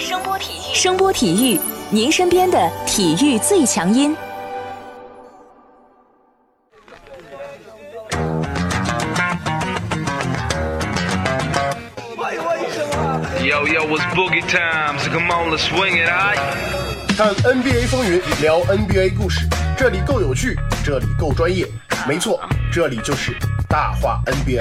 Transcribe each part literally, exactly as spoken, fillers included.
声波体育，声波体育，您身边的体育最强音。 Yo yo, it's boogie time, so come on, let's swing it, alright? 看 N B A 风云，聊 N B A 故事，这里够有趣，这里够专业，没错，这里就是大话 N B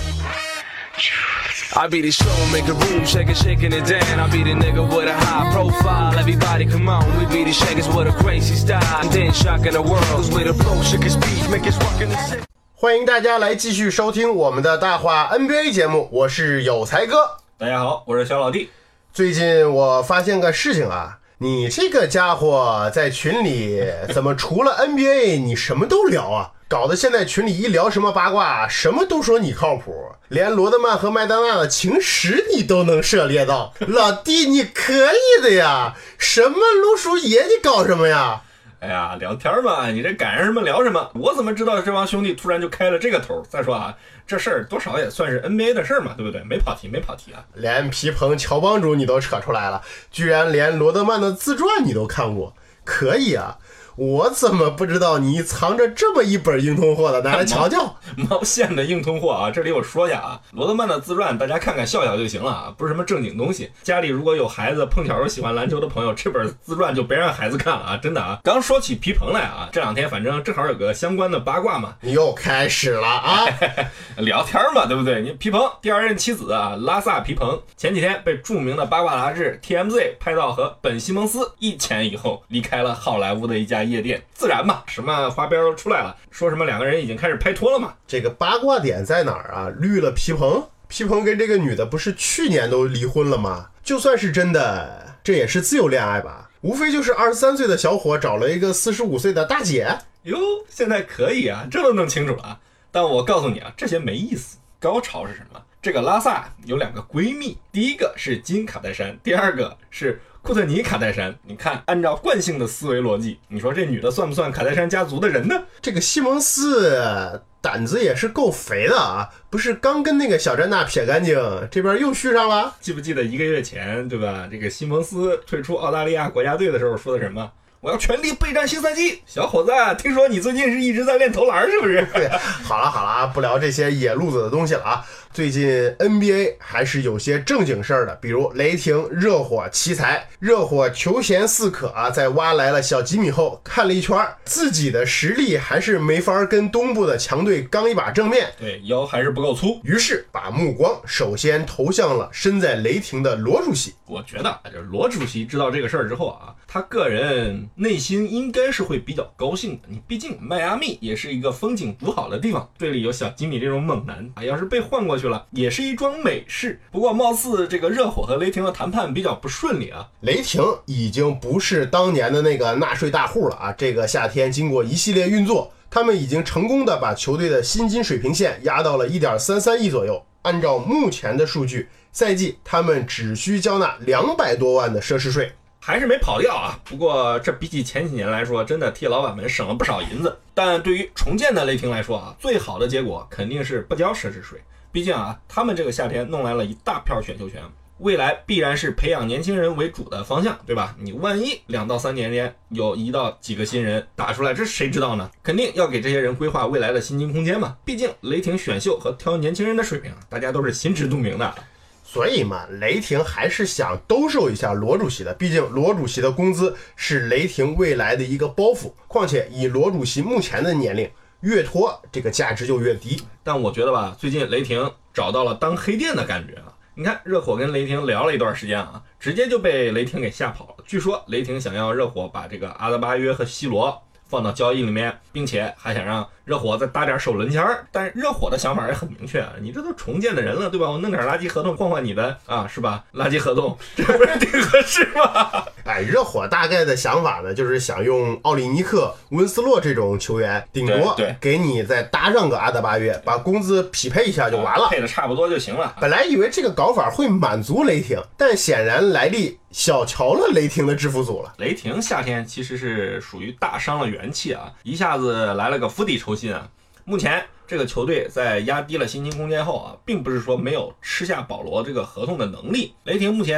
A。I be the show, make a room, shake it, shaking it down. I be the nigga with a high profile. Everybody come on, we be the shakers with a crazy style. And then shocking the world, cause we the flow, shake his speed, make us rockin' the shit. 欢迎大家来继续收听我们的大话 N B A 节目，我是有才哥。 大家好，我是小老弟。 最近我发现个事情啊，你这个家伙在群里怎么除了 N B A 你什么都聊啊？搞得现在群里一聊什么八卦，什么都说你靠谱，连罗德曼和麦当娜的情史你都能涉猎到。老弟，你可以的呀！什么卢叔爷，你搞什么呀？ 哎呀，聊天嘛，你这赶上什么聊什么。我怎么知道这帮兄弟突然就开了这个头？再说啊，这事儿多少也算是 N B A 的事儿嘛，对不对？没跑题，没跑题啊！ 连皮蓬、乔帮主你都扯出来了，居然连罗德曼的自传你都看过，可以啊！我怎么不知道你藏着这么一本硬通货的？拿来瞧瞧。 毛线的硬通货啊！这里我说一下啊，罗德曼的自传大家看看笑笑就行了啊，不是什么正经东西。家里如果有孩子碰巧有喜欢篮球的朋友，这本自传就别让孩子看了啊！真的啊。刚说起皮蓬来啊，这两天反正正好有个相关的八卦嘛， 又开始了啊！ 聊天嘛，对不对？你皮蓬第二任妻子啊，拉萨皮蓬前几天被著名的八卦杂志 T M Z 拍到和本西蒙斯一前一后离开了好莱坞的一家夜店，自然嘛，什么花边都出来了，说什么两个人已经开始拍拖了嘛。 这个八卦点在哪儿啊？绿了皮蓬，皮蓬跟这个女的不是去年都离婚了吗？就算是真的，这也是自由恋爱吧，无非就是二十三岁的小伙找了一个四十五岁的大姐。 哟，现在可以啊，这都弄清楚了啊。但我告诉你啊，这些没意思，高潮是什么？这个拉萨有两个闺蜜，第一个是金卡戴珊，第二个是库特尼卡戴珊。你看，按照惯性的思维逻辑，你说这女的算不算卡戴珊家族的人呢？ 这个西蒙斯胆子也是够肥的啊，不是刚跟那个小詹娜撇干净，这边又续上了。 记不记得一个月前，对吧？这个西蒙斯退出澳大利亚国家队的时候说的什么？我要全力备战新赛季。小伙子，听说你最近是一直在练投篮，是不是？ 好了好了，不聊这些野路子的东西了啊。最近 N B A 还是有些正经事儿的，比如雷霆、热火奇才。热火求贤似渴啊，在挖来了小吉米后，看了一圈，自己的实力还是没法跟东部的强队刚一把正面， 对，腰还是不够粗， 于是把目光首先投向了身在雷霆的罗主席。 我觉得就是罗主席知道这个事儿之后啊，他个人内心应该是会比较高兴的。你毕竟迈阿密也是一个风景独好的地方，队里有小吉米这种猛男啊，要是被换过去了，也是一桩美事。不过貌似这个热火和雷霆的谈判比较不顺利啊。 雷霆已经不是当年的那个纳税大户了啊！这个夏天经过一系列运作，他们已经成功的把球队的薪金水平线压到了 一点三三亿左右。按照目前的数据，赛季他们只需交纳两百多万的奢侈税， 还是没跑掉啊。不过这比起前几年来说，真的替老板们省了不少银子。但对于重建的雷霆来说啊，最好的结果肯定是不交奢侈税。毕竟啊，他们这个夏天弄来了一大票选秀权，未来必然是培养年轻人为主的方向，对吧？你万一两到三年间有一到几个新人打出来，这谁知道呢？肯定要给这些人规划未来的薪金空间嘛。毕竟雷霆选秀和挑年轻人的水平，大家都是心知肚明的。 所以嘛，雷霆还是想兜售一下罗主席的，毕竟罗主席的工资是雷霆未来的一个包袱。况且以罗主席目前的年龄，越拖这个价值就越低。 但我觉得吧，最近雷霆找到了当黑店的感觉啊。你看热火跟雷霆聊了一段时间啊，直接就被雷霆给吓跑了。据说雷霆想要热火把这个阿德巴约和西罗放到交易里面，并且还想让热火再搭点首轮签。但热火的想法也很明确啊，你这都重建的人了，对吧？我弄点垃圾合同换换你的啊，是吧？垃圾合同，这不是挺合适吗？ 哎，热火大概的想法呢，就是想用奥里尼克、温斯洛这种球员，顶多给你再搭上个阿德巴约，把工资匹配一下就完了， 啊、配的差不多就行了。 本来以为这个搞法会满足雷霆，但显然莱利小瞧了雷霆的制服组了。 雷霆夏天其实是属于大伤了元气啊，一下子来了个釜底抽薪啊。目前这个球队在压低了薪金空间后啊，并不是说没有吃下保罗这个合同的能力。雷霆目前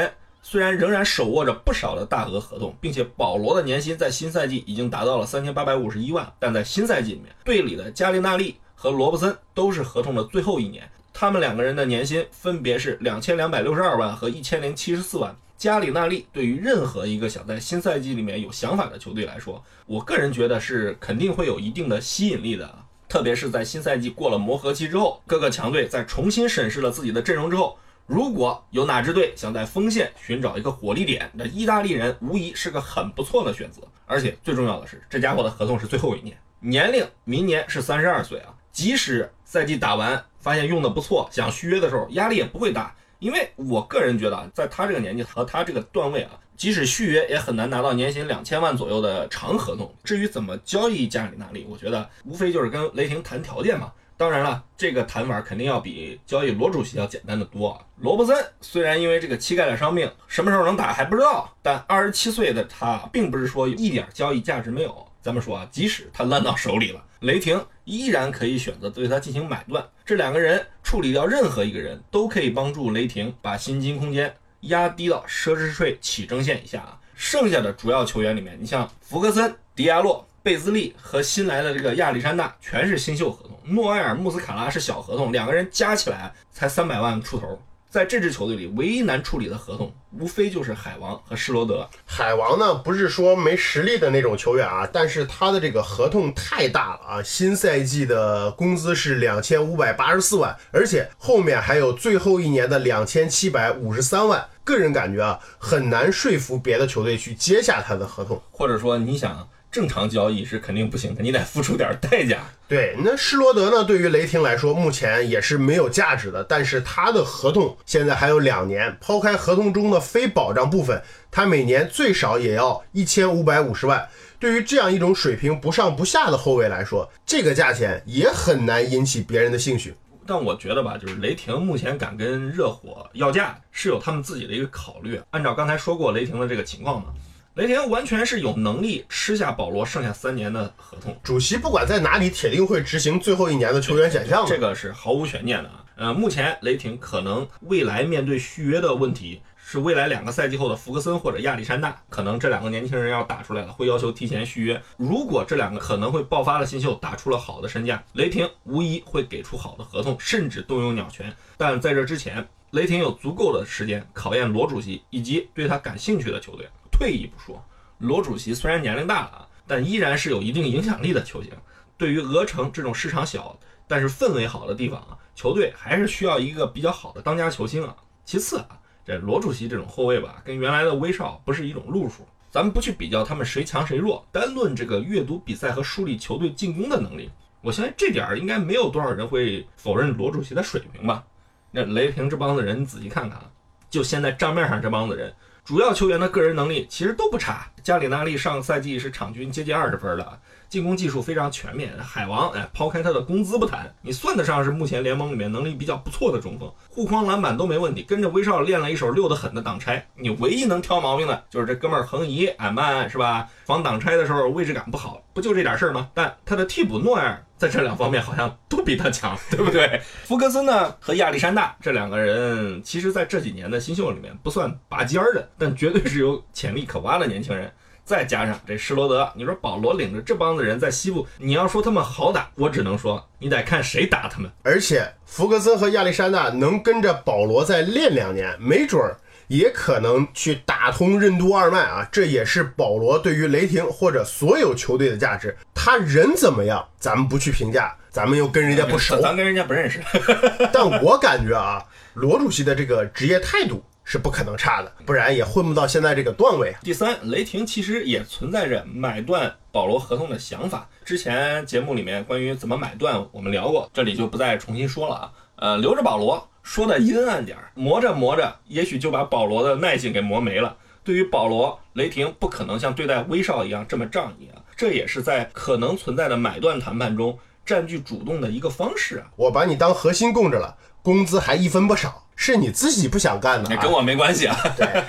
虽然仍然手握着不少的大额合同，并且保罗的年薪在新赛季已经达到了三千八百五十一万，但在新赛季里面，队里的加利纳利和罗伯森都是合同的最后一年，他们两个人的年薪分别是两千两百六十二万和一千零七十四万。加里纳利对于任何一个想在新赛季里面有想法的球队来说，我个人觉得是肯定会有一定的吸引力的。特别是在新赛季过了磨合期之后，各个强队在重新审视了自己的阵容之后，如果有哪支队想在锋线寻找一个火力点，那意大利人无疑是个很不错的选择。而且最重要的是，这家伙的合同是最后一年，年龄明年是三十二岁啊。即使赛季打完发现用的不错，想续约的时候压力也不会大。因为我个人觉得，在他这个年纪和他这个段位啊，即使续约也很难拿到年薪两千万左右的长合同。至于怎么交易加里纳利，我觉得无非就是跟雷霆谈条件嘛。当然了，这个谈法肯定要比交易罗主席要简单的多啊。罗伯森虽然因为这个膝盖的伤病，什么时候能打还不知道，但二十七岁的他并不是说一点交易价值没有。咱们说啊，即使他烂到手里了，雷霆依然可以选择对他进行买断。这两个人处理掉任何一个人，都可以帮助雷霆把薪金空间压低到奢侈税起征线以下啊。剩下的主要球员里面，你像福格森、迪亚洛、贝兹利和新来的这个亚历山大全是新秀合同，诺埃尔、穆斯卡拉是小合同，两个人加起来才三百万出头。在这支球队里，唯一难处理的合同无非就是海王和施罗德。 海王呢，不是说没实力的那种球员啊，但是他的这个合同太大了啊！新赛季的工资是两千五百八十四万，而且后面还有最后一年的两千七百五十三万。个人感觉啊，很难说服别的球队去接下他的合同， 或者说你想正常交易是肯定不行的，你得付出点代价。 对，那施罗德呢，对于雷霆来说目前也是没有价值的，但是他的合同现在还有两年，抛开合同中的非保障部分，他每年最少也要一千五百五十万。对于这样一种水平不上不下的后卫来说，这个价钱也很难引起别人的兴趣。 但我觉得吧，就是雷霆目前敢跟热火要价，是有他们自己的一个考虑。按照刚才说过雷霆的这个情况嘛，雷霆完全是有能力吃下保罗剩下三年的合同。 主席不管在哪里，铁定会执行最后一年的球员选项的， 这个是毫无悬念的啊。呃，目前雷霆可能未来面对续约的问题，是未来两个赛季后的福克森或者亚历山大，可能这两个年轻人要打出来了，会要求提前续约。如果这两个可能会爆发的新秀打出了好的身价，雷霆无疑会给出好的合同，甚至动用鸟权。但在这之前，雷霆有足够的时间考验罗主席以及对他感兴趣的球队。退一步说，罗主席虽然年龄大了啊，但依然是有一定影响力的球星。对于鹅城这种市场小但是氛围好的地方啊，球队还是需要一个比较好的当家球星啊。其次啊，这罗主席这种后卫吧，跟原来的威少不是一种路数。咱们不去比较他们谁强谁弱，单论这个阅读比赛和梳理球队进攻的能力，我相信这点应该没有多少人会否认罗主席的水平吧。那雷霆这帮子人，你仔细看看啊，就现在账面上这帮子人，主要球员的个人能力其实都不差。加里纳利上个赛季是场均接近二十分的，进攻技术非常全面。海王，哎，抛开他的工资不谈，你算得上是目前联盟里面能力比较不错的中锋，护框篮板都没问题，跟着威少练了一手溜得很的挡拆。你唯一能挑毛病的就是这哥们儿横移矮慢是吧？防挡拆的时候位置感不好，不就这点事儿吗？但他的替补诺埃尔在这两方面好像都比他强，对不对？福格森呢和亚历山大这两个人，其实在这几年的新秀里面不算拔尖儿的，但绝对是有潜力可挖的年轻人。再加上这施罗德，你说保罗领着这帮子人在西部，你要说他们好打，我只能说你得看谁打他们。 而且福格森和亚历山大能跟着保罗再练两年，没准儿也可能去打通任督二脉啊！这也是保罗对于雷霆或者所有球队的价值。他人怎么样，咱们不去评价，咱们又跟人家不熟， 咱跟人家不认识。 但我感觉啊，罗主席的这个职业态度是不可能差的，不然也混不到现在这个段位。 第三，雷霆其实也存在着买断保罗合同的想法。之前节目里面关于怎么买断我们聊过，这里就不再重新说了啊。呃，留着保罗，说的阴暗点，磨着磨着，也许就把保罗的耐性给磨没了。对于保罗，雷霆不可能像对待威少一样这么仗义啊，这也是在可能存在的买断谈判中占据主动的一个方式啊。 我把你当核心供着了，工资还一分不少，是你自己不想干的、啊， 跟我没关系啊。 对，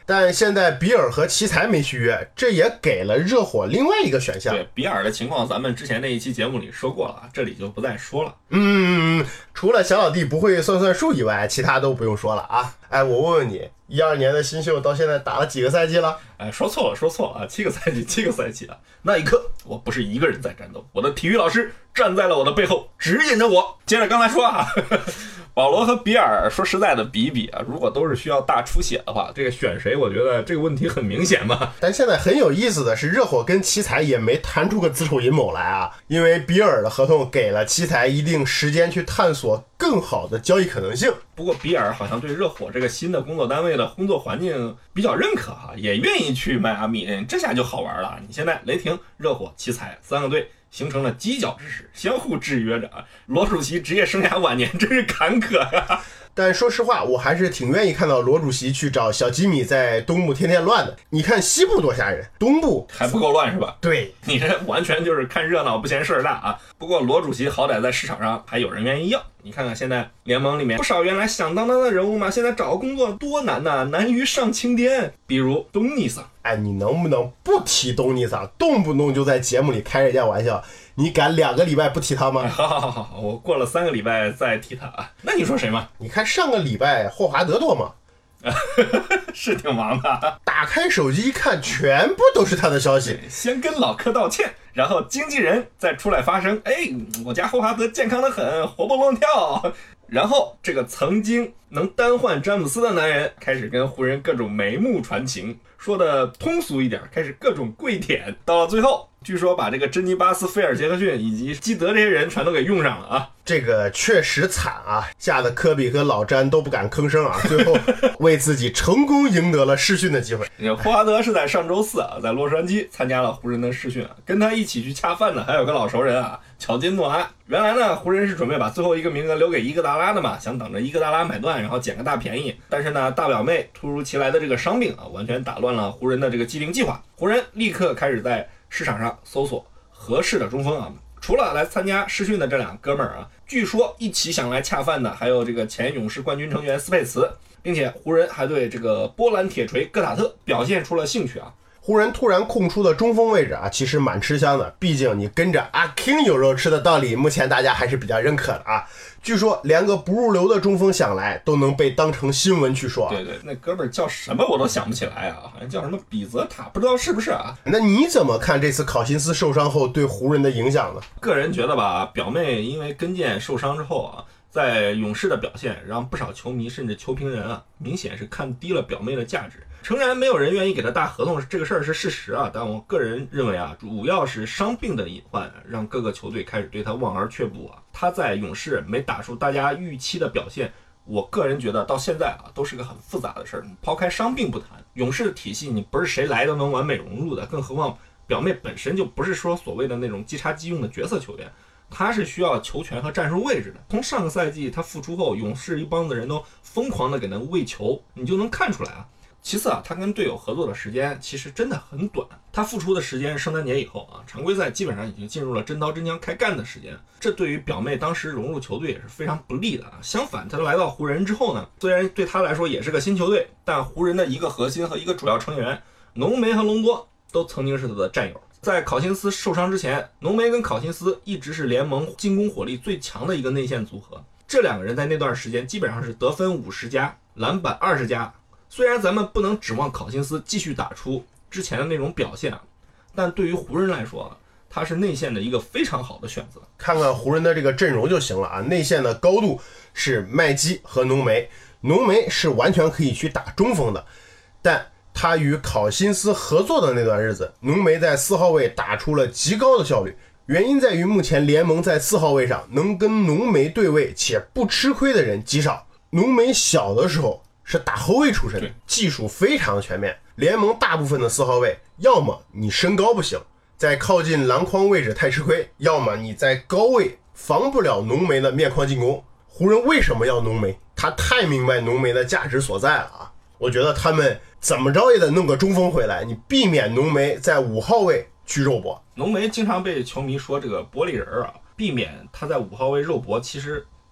但现在比尔和奇才没续约，这也给了热火另外一个选项。 对，比尔的情况咱们之前那一期节目里说过了，这里就不再说了。 嗯，除了小老弟不会算算数以外，其他都不用说了啊。哎，我问问你，一二年的新秀到现在打了几个赛季了？ 哎，说错了，说错了啊，七个赛季，七个赛季啊！那一刻，我不是一个人在战斗，我的体育老师站在了我的背后，指引着我。接着刚才说啊，呵呵保罗和比尔，说实在的，比一比啊，如果都是需要大出血的话，这个选谁？我觉得这个问题很明显嘛。 但现在很有意思的是，热火跟奇才也没谈出个子丑寅卯来啊，因为比尔的合同给了奇才一定时间去探索更好的交易可能性。 不过比尔好像对热火这个新的工作单位的工作环境比较认可哈，也愿意去迈阿密，这下就好玩了。你现在雷霆、热火、奇才三个队形成了犄角之势，相互制约着。罗主席职业生涯晚年真是坎坷呀。 但说实话，我还是挺愿意看到罗主席去找小吉米在东部天天乱的。你看西部多吓人，东部还不够乱是吧？ 对， 你这完全就是看热闹不嫌事儿大啊。不过罗主席好歹在市场上还有人愿意要。你看看现在联盟里面不少原来响当当的人物嘛，现在找工作多难呐、啊，难于上青天。比如东尼桑。 哎，你能不能不提东尼桑？动不动就在节目里开人家玩笑，你敢两个礼拜不提他吗？ 哎、好好好好，我过了三个礼拜再提他啊。那你说谁吗？ 你看上个礼拜霍华德多吗？ 是挺忙的， 打开手机一看，全部都是他的消息。 先跟老客道歉，然后经纪人再出来发声。哎，我家霍华德健康的很，活蹦乱跳。然后这个曾经能单换詹姆斯的男人，开始跟湖人各种眉目传情，说的通俗一点，开始各种跪舔。到了最后，据说把这个珍妮巴斯、菲尔杰克逊以及基德这些人全都给用上了啊！ 这个确实惨啊，吓得科比和老詹都不敢吭声啊！最后为自己成功赢得了试训的机会。 霍华德是在上周四啊，在洛杉矶参加了湖人的试训啊，跟他一起去恰饭的还有个老熟人啊，乔金诺拉。原来呢，湖人是准备把最后一个名额留给伊戈达拉的嘛，想等着伊戈达拉买断，然后捡个大便宜。但是呢，大表妹突如其来的这个伤病啊，完全打乱了湖人的这个既定计划。湖人立刻开始在市场上搜索合适的中锋啊。除了来参加试训的这俩哥们儿啊，据说一起想来恰饭的还有这个前勇士冠军成员斯佩茨，并且湖人还对这个波兰铁锤戈塔特表现出了兴趣啊。 湖人突然空出的中锋位置啊，其实蛮吃香的，毕竟你跟着阿 King 有肉吃的道理，目前大家还是比较认可的啊。据说连个不入流的中锋想来都能被当成新闻去说、啊。 对对，那哥们儿叫什么我都想不起来啊，好像叫什么比泽塔，不知道是不是啊？ 那你怎么看这次考辛斯受伤后对湖人的影响呢？ 个人觉得吧，表妹因为跟腱受伤之后啊，在勇士的表现让不少球迷甚至球评人啊，明显是看低了表妹的价值。诚然，没有人愿意给他大合同，这个事儿是事实啊。但我个人认为啊，主要是伤病的隐患，让各个球队开始对他望而却步啊。他在勇士没打出大家预期的表现，我个人觉得到现在啊，都是个很复杂的事儿。抛开伤病不谈，勇士的体系你不是谁来都能完美融入的，更何况表妹本身就不是说所谓的那种即插即用的角色球员。他是需要球权和战术位置的。从上个赛季他复出后，勇士一帮子人都疯狂的给他喂球，你就能看出来啊。其次啊，他跟队友合作的时间其实真的很短。他复出的时间圣诞节以后啊，常规赛基本上已经进入了真刀真枪开干的时间。这对于表妹当时融入球队也是非常不利的啊。相反，他来到湖人之后呢，虽然对他来说也是个新球队，但湖人的一个核心和一个主要成员浓眉和隆多都曾经是他的战友。在考辛斯受伤之前，浓眉跟考辛斯一直是联盟进攻火力最强的一个内线组合。这两个人在那段时间基本上是得分五十加，篮板二十加。虽然咱们不能指望考辛斯继续打出之前的那种表现啊，但对于湖人来说，他是内线的一个非常好的选择。 看看湖人的这个阵容就行了啊，内线的高度是麦基和浓眉，浓眉是完全可以去打中锋的，但他与考辛斯合作的那段日子，浓眉在四号位打出了极高的效率。原因在于目前联盟在四号位上能跟浓眉对位且不吃亏的人极少。浓眉小的时候是打后卫出身的，技术非常全面。联盟大部分的四号位，要么你身高不行，在靠近篮筐位置太吃亏，要么你在高位防不了浓眉的面框进攻。湖人为什么要浓眉？他太明白浓眉的价值所在了啊！我觉得他们怎么着也得弄个中锋回来，你避免浓眉在五号位去肉搏。 浓眉经常被球迷说这个玻璃人啊，避免他在五号位肉搏，其实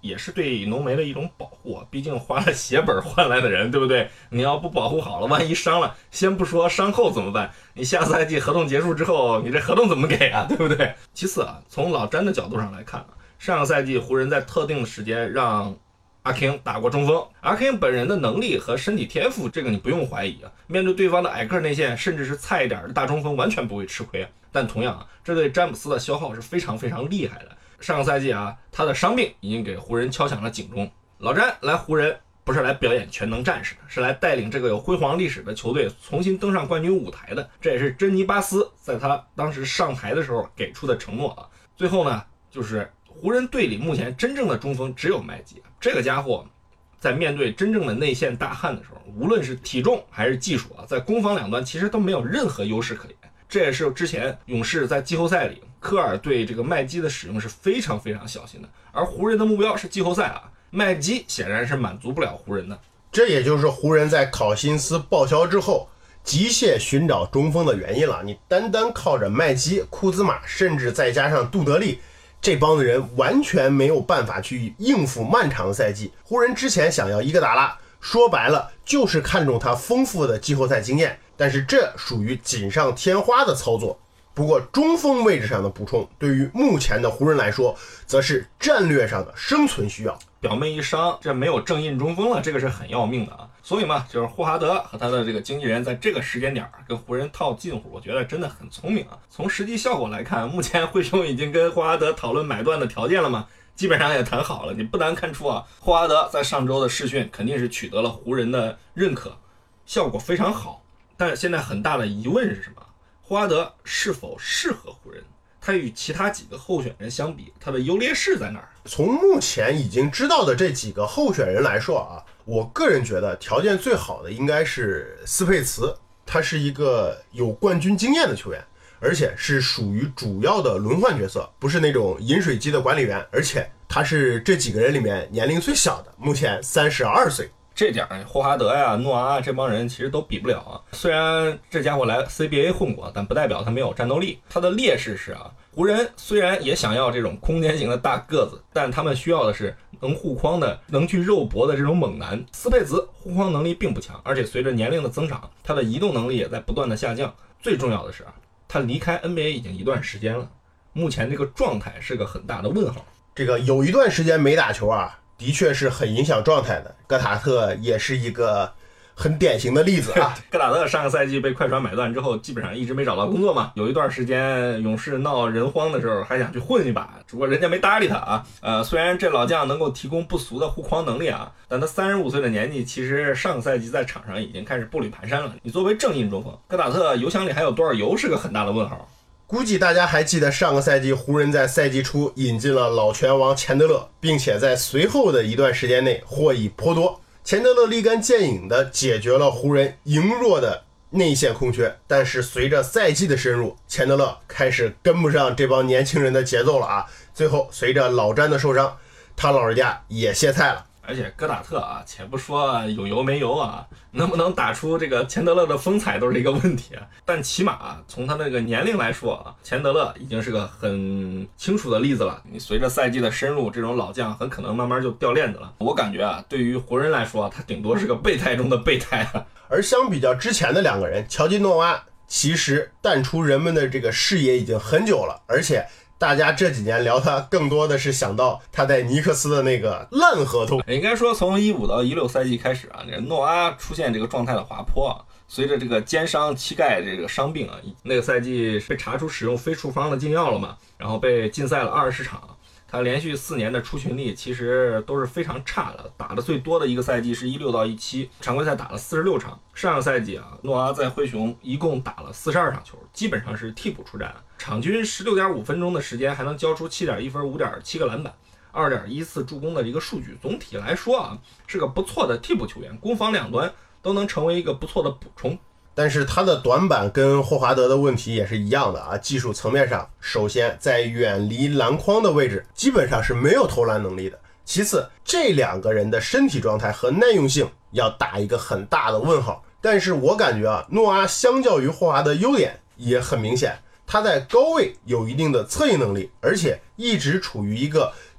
也是对浓眉的一种保护啊，毕竟花了血本换来的人，对不对？你要不保护好了，万一伤了，先不说伤后怎么办，你下赛季合同结束之后，你这合同怎么给啊，对不对？其次啊，从老詹的角度上来看啊，上个赛季湖人在特定的时间让阿 King 打过中锋，阿 King 本人的能力和身体天赋，这个你不用怀疑啊。面对对方的矮个内线，甚至是菜一点的大中锋，完全不会吃亏啊。但同样啊，这对詹姆斯的消耗是非常非常厉害的。上个赛季啊，他的伤病已经给湖人敲响了警钟。老詹来湖人不是来表演全能战士的，是来带领这个有辉煌历史的球队重新登上冠军舞台的。这也是珍妮巴斯在他当时上台的时候给出的承诺啊。最后呢，就是湖人队里目前真正的中锋只有麦基，这个家伙在面对真正的内线大汉的时候，无论是体重还是技术啊，在攻防两端其实都没有任何优势可言。这也是之前勇士在季后赛里科尔对这个麦基的使用是非常非常小心的，而湖人的目标是季后赛啊，麦基显然是满足不了湖人的。 这也就是湖人在考辛斯报销之后急切寻找中锋的原因了。你单单靠着麦基、库兹马，甚至再加上杜德利，这帮的人完全没有办法去应付漫长的赛季。湖人之前想要伊戈达拉，说白了就是看中他丰富的季后赛经验，但是这属于锦上添花的操作。不过中锋位置上的补充，对于目前的湖人来说，则是战略上的生存需要。 表妹一伤，这没有正印中锋了，这个是很要命的啊。所以嘛，就是霍华德和他的这个经纪人在这个时间点跟湖人套近乎，我觉得真的很聪明啊。从实际效果来看，目前灰熊已经跟霍华德讨论买断的条件了嘛，基本上也谈好了。你不难看出啊，霍华德在上周的试训肯定是取得了湖人的认可，效果非常好。但是现在很大的疑问是什么？霍华德是否适合湖人？他与其他几个候选人相比，他的优劣势在哪儿？ 从目前已经知道的这几个候选人来说啊，我个人觉得条件最好的应该是斯佩茨，他是一个有冠军经验的球员，而且是属于主要的轮换角色，不是那种饮水机的管理员，而且他是这几个人里面年龄最小的，目前三十二岁。 这点霍华德呀、诺阿这帮人其实都比不了啊。虽然这家伙来 C B A 混过，但不代表他没有战斗力。他的劣势是啊，湖人虽然也想要这种空间型的大个子，但他们需要的是能护框的、能去肉搏的这种猛男。斯佩茨护框能力并不强，而且随着年龄的增长，他的移动能力也在不断的下降。最重要的是啊，他离开 N B A 已经一段时间了，目前这个状态是个很大的问号。 这个有一段时间没打球啊，的确是很影响状态的。戈塔特也是一个很典型的例子啊。 戈塔特上个赛季被快船买断之后，基本上一直没找到工作嘛。有一段时间勇士闹人荒的时候，还想去混一把，只不过人家没搭理他啊。呃，虽然这老将能够提供不俗的护框能力啊，但他三十五岁的年纪，其实上个赛季在场上已经开始步履蹒跚了。你作为正印中锋，戈塔特油箱里还有多少油是个很大的问号。 估计大家还记得上个赛季湖人在赛季初引进了老拳王钱德勒，并且在随后的一段时间内获益颇多。钱德勒立竿见影地解决了湖人羸弱的内线空缺，但是随着赛季的深入，钱德勒开始跟不上这帮年轻人的节奏了啊！最后随着老詹的受伤，他老人家也歇菜了。 而且戈塔特啊，且不说有油没油啊，能不能打出这个钱德勒的风采都是一个问题啊。但起码啊，从他那个年龄来说啊，钱德勒已经是个很清楚的例子了。你随着赛季的深入，这种老将很可能慢慢就掉链子了。我感觉啊，对于湖人来说，他顶多是个备胎中的备胎啊。 而相比较之前的两个人，乔金诺娃其实淡出人们的这个视野已经很久了，而且大家这几年聊他，更多的是想到他在尼克斯的那个烂合同。 应该说，从一五到一六赛季开始啊，这诺阿出现这个状态的滑坡啊，随着这个肩伤、膝盖这个伤病啊，那个赛季被查出使用非处方的禁药了嘛，然后被禁赛了二十场。他连续四年的出勤率其实都是非常差的，打的最多的一个赛季是一六到一七，常规赛打了四十六场。上个赛季啊，诺阿在灰熊一共打了四十二场球，基本上是替补出战，场均十六点五分钟的时间，还能交出七点一分、五点七个篮板、二点一次助攻的一个数据。总体来说啊，是个不错的替补球员，攻防两端都能成为一个不错的补充。 但是他的短板跟霍华德的问题也是一样的啊，技术层面上，首先在远离篮筐的位置基本上是没有投篮能力的，其次这两个人的身体状态和耐用性要打一个很大的问号。但是我感觉啊，诺阿相较于霍华德优点也很明显，他在高位有一定的策应能力，而且一直处于一个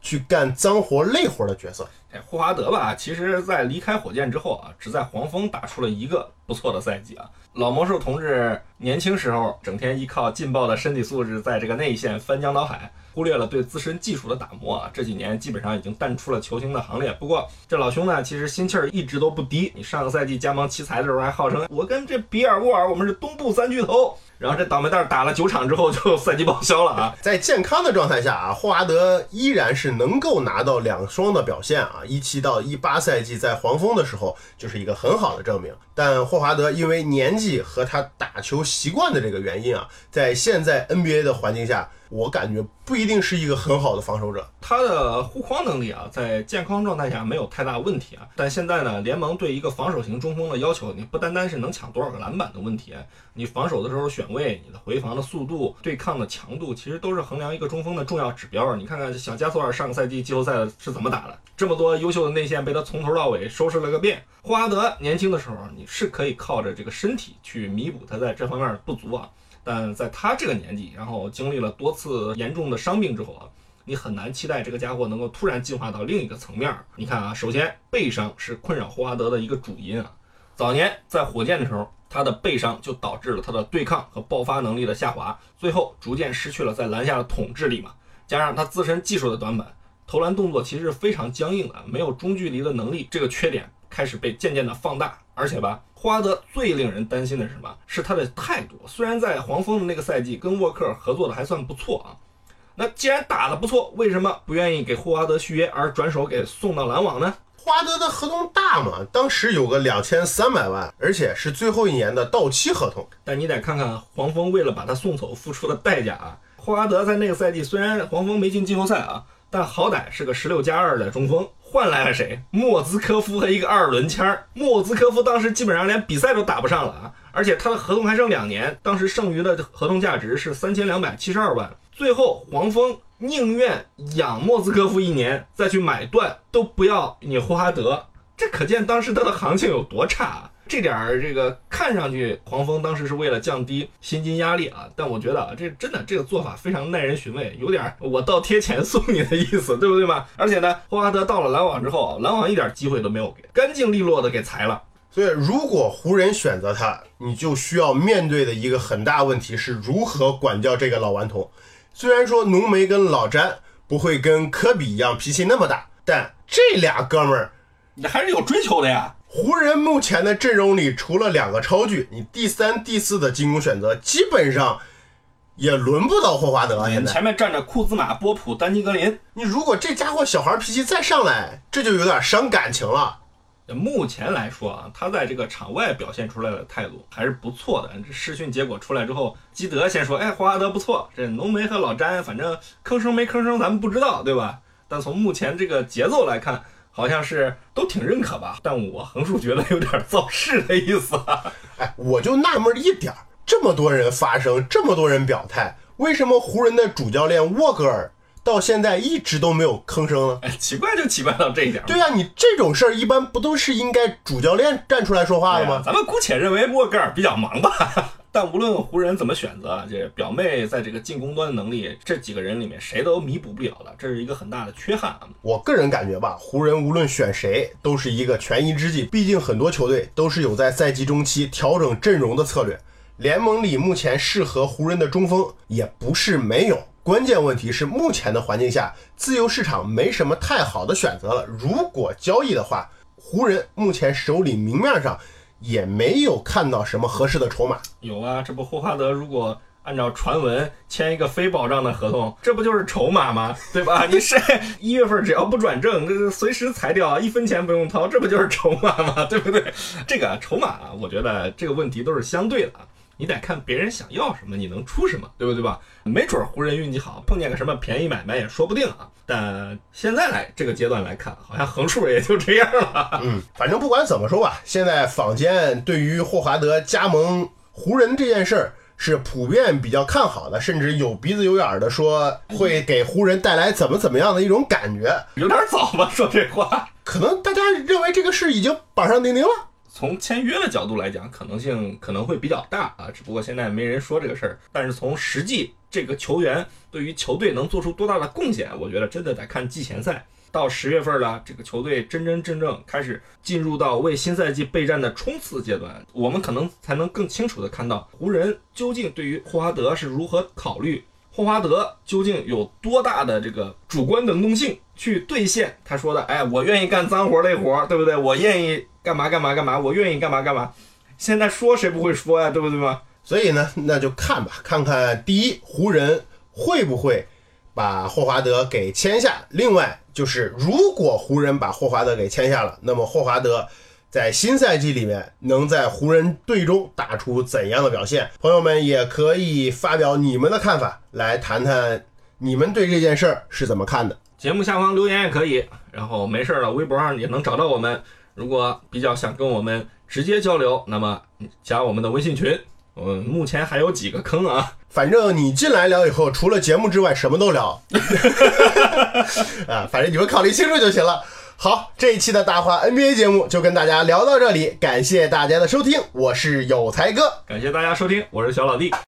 去干脏活累活的角色。 哎，霍华德吧，其实在离开火箭之后啊，只在黄蜂打出了一个不错的赛季啊。老魔兽同志年轻时候整天依靠劲爆的身体素质，在这个内线翻江倒海，忽略了对自身技术的打磨啊。这几年基本上已经淡出了球星的行列。不过这老兄呢，其实心气儿一直都不低。你上个赛季加盟奇才的时候还号称我跟这比尔沃尔我们是东部三巨头，然后这倒霉蛋打了九场之后就赛季报销了啊。 在健康的状态下啊，霍华德依然是能够拿到两双的表现啊。一七到一八赛季在黄蜂的时候就是一个很好的证明。但霍华德因为年纪和他打球习惯的这个原因啊，在现在 N B A 的环境下，我感觉不一定是一个很好的防守者。 他的护框能力啊，在健康状态下没有太大问题啊。但现在呢，联盟对一个防守型中锋的要求，你不单单是能抢多少个篮板的问题，你防守的时候选位、你的回防的速度、对抗的强度，其实都是衡量一个中锋的重要指标。你看看小加索尔上个赛季季后赛是怎么打的，这么多优秀的内线被他从头到尾收拾了个遍。霍华德年轻的时候，你是可以靠着这个身体去弥补他在这方面的不足啊。但在他这个年纪，然后经历了多次严重的伤病之后啊，你很难期待这个家伙能够突然进化到另一个层面。你看啊，首先背伤是困扰霍华德的一个主因啊。早年在火箭的时候，他的背伤就导致了他的对抗和爆发能力的下滑，最后逐渐失去了在篮下的统治力嘛。加上他自身技术的短板，投篮动作其实非常僵硬的，没有中距离的能力，这个缺点开始被渐渐的放大。而且吧，霍华德最令人担心的是什么？是他的态度。虽然在黄蜂的那个赛季跟沃克合作的还算不错啊，那既然打得不错，为什么不愿意给霍华德续约，而转手给送到篮网呢？ 霍华德的合同大嘛，当时有个两千三百万，而且是最后一年的到期合同。 但你得看看黄蜂为了把他送走付出的代价啊。霍华德在那个赛季虽然黄蜂没进季后赛啊，但好歹是个十六加二的中锋，换来了谁？莫兹科夫和一个二轮签。莫兹科夫当时基本上连比赛都打不上了啊，而且他的合同还剩两年，当时剩余的合同价值是三千两百七十二万。最后黄蜂宁愿养莫兹科夫一年，再去买断，都不要你霍华德，这可见当时他的行情有多差啊。这点儿这个看上去黄蜂当时是为了降低薪金压力啊，但我觉得啊，这真的这个做法非常耐人寻味，有点我倒贴钱送你的意思，对不对嘛？而且呢，霍华德到了篮网之后，篮网一点机会都没有给，干净利落的给裁了。 所以如果湖人选择他，你就需要面对的一个很大问题是如何管教这个老顽童。虽然说浓眉跟老詹不会跟科比一样脾气那么大，但这俩哥们儿你还是有追求的呀。 湖人目前的阵容里除了两个超巨，你第三第四的进攻选择基本上也轮不到霍华德。现在前面站着库兹马、波普、丹尼格林， 你如果这家伙小孩脾气再上来，这就有点伤感情了。 目前来说啊，他在这个场外表现出来的态度还是不错的。这试训结果出来之后，基德先说，哎，霍华德不错，这浓眉和老詹反正吭声没吭声咱们不知道，对吧？但从目前这个节奏来看，好像是都挺认可吧，但我横竖觉得有点造势的意思啊。 哎，我就纳闷一点，这么多人发声，这么多人表态，为什么湖人的主教练沃格尔到现在一直都没有吭声呢？ 哎，奇怪就奇怪到这一点。 对啊，你这种事儿一般不都是应该主教练站出来说话的吗？ 咱们姑且认为沃格尔比较忙吧。但无论湖人怎么选择，这表妹在这个进攻端的能力，这几个人里面谁都弥补不了的，这是一个很大的缺憾啊。 我个人感觉吧，湖人无论选谁都是一个权宜之计，毕竟很多球队都是有在赛季中期调整阵容的策略。联盟里目前适合湖人的中锋也不是没有，关键问题是目前的环境下，自由市场没什么太好的选择了。如果交易的话，湖人目前手里明面上也没有看到什么合适的筹码。 有啊，这不霍华德如果按照传闻签一个非保障的合同，这不就是筹码吗？对吧？你是一月份只要不转正，这随时裁掉，一分钱不用掏，这不就是筹码吗？对不对？这个筹码啊，我觉得这个问题都是相对的，你得看别人想要什么，你能出什么，对不对吧？没准湖人运气好，碰见个什么便宜买卖也说不定啊。但现在来这个阶段来看，好像横竖也就这样了。 嗯，反正不管怎么说吧，现在坊间对于霍华德加盟湖人这件事儿是普遍比较看好的，甚至有鼻子有眼的说会给湖人带来怎么怎么样的一种感觉。 有点早吧，说这话。 可能大家认为这个事已经板上钉钉了。 从签约的角度来讲，可能性可能会比较大啊，只不过现在没人说这个事儿。但是从实际这个球员对于球队能做出多大的贡献，我觉得真的得看季前赛。到十月份了，这个球队真真正正开始进入到为新赛季备战的冲刺阶段，我们可能才能更清楚的看到湖人究竟对于霍华德是如何考虑，霍华德究竟有多大的这个主观能动性去兑现他说的，哎，我愿意干脏活累活，对不对？我愿意干嘛干嘛干嘛，我愿意干嘛干嘛。现在说谁不会说呀，对不对吗？ 所以呢，那就看吧，看看第一，湖人会不会把霍华德给签下。另外就是，如果湖人把霍华德给签下了，那么霍华德在新赛季里面能在湖人队中打出怎样的表现？朋友们也可以发表你们的看法，来谈谈你们对这件事儿是怎么看的。 节目下方留言也可以，然后没事了，微博上也能找到我们。如果比较想跟我们直接交流，那么加我们的微信群。我们目前还有几个坑啊， 反正你进来聊以后，除了节目之外什么都聊啊，反正你们考虑清楚就行了。好，这一期的大话 N B A 节目就跟大家聊到这里，感谢大家的收听，我是有才哥， 感谢大家收听，我是小老弟。